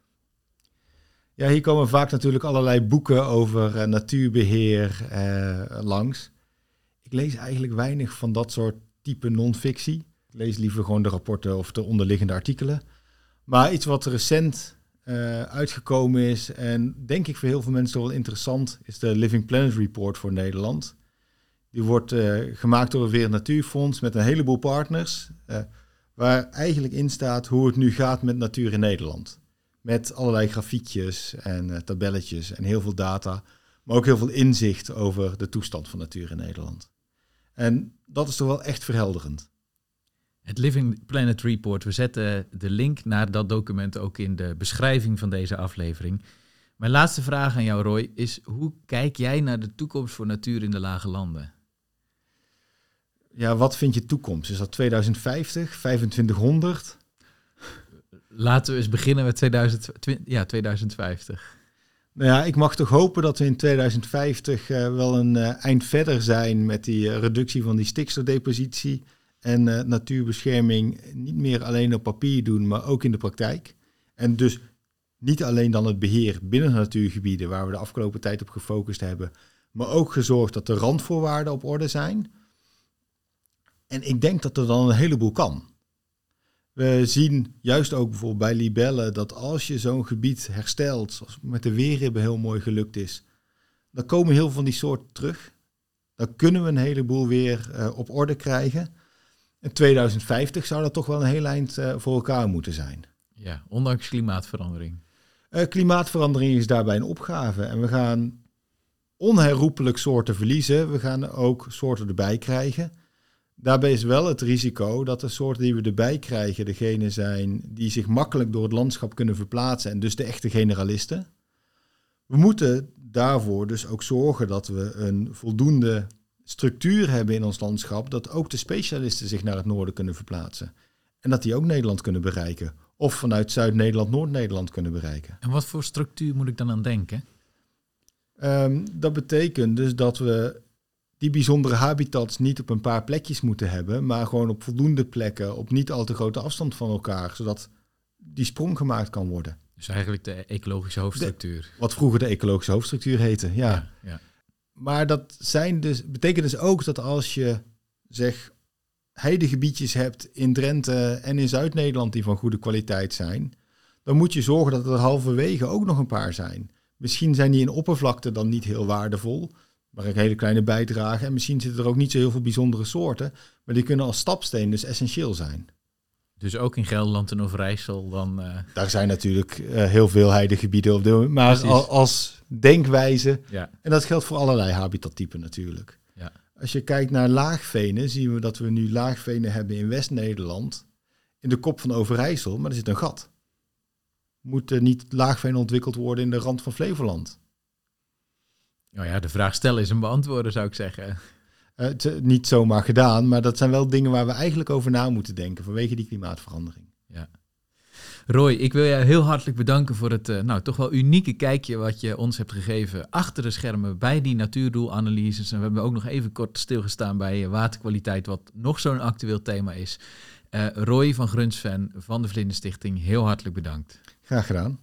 Ja, hier komen vaak natuurlijk allerlei boeken over uh, natuurbeheer uh, langs. Ik lees eigenlijk weinig van dat soort type non-fictie. Ik lees liever gewoon de rapporten of de onderliggende artikelen. Maar iets wat recent uh, uitgekomen is en denk ik voor heel veel mensen wel interessant, is de Living Planet Report voor Nederland. Die wordt uh, gemaakt door het Wereld Natuurfonds met een heleboel partners, uh, waar eigenlijk in staat hoe het nu gaat met natuur in Nederland. Met allerlei grafiekjes en uh, tabelletjes en heel veel data, maar ook heel veel inzicht over de toestand van natuur in Nederland. En dat is toch wel echt verhelderend. Het Living Planet Report, we zetten de link naar dat document ook in de beschrijving van deze aflevering. Mijn laatste vraag aan jou, Roy, is hoe kijk jij naar de toekomst voor natuur in de Lage Landen? Ja, wat vind je toekomst? Is dat tweeduizend vijftig, vijfentwintighonderd? Laten we eens beginnen met tweeduizend, ja, tweeduizend vijftig. Nou ja, ik mag toch hopen dat we in tweeduizend vijftig uh, wel een uh, eind verder zijn met die uh, reductie van die stikstofdepositie. En uh, natuurbescherming niet meer alleen op papier doen, maar ook in de praktijk. En dus niet alleen dan het beheer binnen natuurgebieden, waar we de afgelopen tijd op gefocust hebben, maar ook gezorgd dat de randvoorwaarden op orde zijn. En ik denk dat er dan een heleboel kan. We zien juist ook bijvoorbeeld bij libellen dat als je zo'n gebied herstelt, zoals met de weerribben heel mooi gelukt is, dan komen heel veel van die soorten terug. Dan kunnen we een heleboel weer uh, op orde krijgen. In tweeduizend vijftig zou dat toch wel een heel eind uh, voor elkaar moeten zijn. Ja, ondanks klimaatverandering. Uh, klimaatverandering is daarbij een opgave. En we gaan onherroepelijk soorten verliezen. We gaan ook soorten erbij krijgen. Daarbij is wel het risico dat de soorten die we erbij krijgen degene zijn die zich makkelijk door het landschap kunnen verplaatsen en dus de echte generalisten. We moeten daarvoor dus ook zorgen dat we een voldoende structuur hebben in ons landschap, dat ook de specialisten zich naar het noorden kunnen verplaatsen. En dat die ook Nederland kunnen bereiken. Of vanuit Zuid-Nederland, Noord-Nederland kunnen bereiken. En wat voor structuur moet ik dan aan denken? Um, dat betekent dus dat we die bijzondere habitats niet op een paar plekjes moeten hebben, maar gewoon op voldoende plekken, op niet al te grote afstand van elkaar, zodat die sprong gemaakt kan worden. Dus eigenlijk de ecologische hoofdstructuur. De, wat vroeger de ecologische hoofdstructuur heette, ja. ja, ja. Maar dat zijn dus, betekent dus ook dat als je zeg heidegebiedjes hebt in Drenthe en in Zuid-Nederland die van goede kwaliteit zijn, dan moet je zorgen dat er halverwege ook nog een paar zijn. Misschien zijn die in oppervlakte dan niet heel waardevol, maar een hele kleine bijdrage. En misschien zitten er ook niet zo heel veel bijzondere soorten, maar die kunnen als stapsteen dus essentieel zijn. Dus ook in Gelderland en Overijssel dan... Uh... Daar zijn natuurlijk uh, heel veel heidegebieden op de moment, maar als, als denkwijze, ja. En dat geldt voor allerlei habitattypen natuurlijk. Ja. Als je kijkt naar laagvenen, zien we dat we nu laagvenen hebben in West-Nederland, in de kop van Overijssel, maar er zit een gat. Moet er niet laagveen ontwikkeld worden in de rand van Flevoland? Nou ja, de vraag stellen is een beantwoorden, zou ik zeggen. Uh, te, niet zomaar gedaan, maar dat zijn wel dingen waar we eigenlijk over na moeten denken vanwege die klimaatverandering. Ja. Roy, ik wil jou heel hartelijk bedanken voor het uh, nou, toch wel unieke kijkje wat je ons hebt gegeven achter de schermen bij die natuurdoelanalyses. En we hebben ook nog even kort stilgestaan bij waterkwaliteit, wat nog zo'n actueel thema is. Uh, Roy van Grunsven van de Vlinderstichting, heel hartelijk bedankt. Graag gedaan.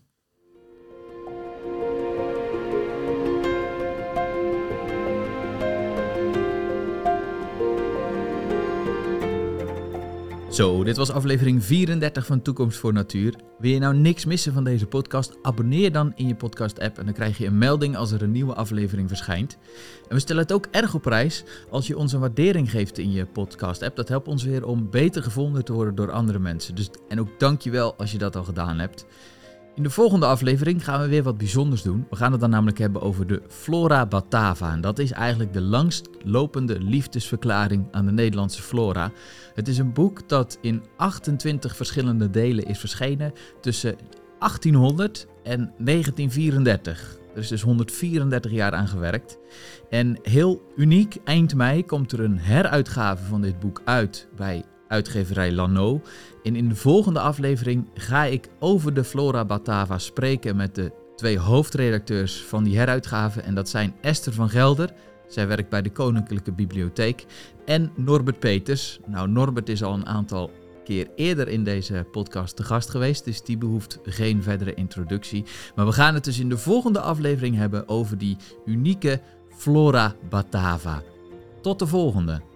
Zo, dit was aflevering vierendertig van Toekomst voor Natuur. Wil je nou niks missen van deze podcast? Abonneer dan in je podcast-app en dan krijg je een melding als er een nieuwe aflevering verschijnt. En we stellen het ook erg op prijs als je ons een waardering geeft in je podcast-app. Dat helpt ons weer om beter gevonden te worden door andere mensen. Dus, en ook dank je wel als je dat al gedaan hebt. In de volgende aflevering gaan we weer wat bijzonders doen. We gaan het dan namelijk hebben over de Flora Batava. En dat is eigenlijk de langstlopende liefdesverklaring aan de Nederlandse flora. Het is een boek dat in achtentwintig verschillende delen is verschenen tussen achttienhonderd en negentien vierendertig. Er is dus honderdvierendertig jaar aan gewerkt. En heel uniek, eind mei komt er een heruitgave van dit boek uit bij uitgeverij Lano. En in de volgende aflevering ga ik over de Flora Batava spreken met de twee hoofdredacteurs van die heruitgave. En dat zijn Esther van Gelder, zij werkt bij de Koninklijke Bibliotheek, en Norbert Peters. Nou, Norbert is al een aantal keer eerder in deze podcast te gast geweest, dus die behoeft geen verdere introductie. Maar we gaan het dus in de volgende aflevering hebben over die unieke Flora Batava. Tot de volgende!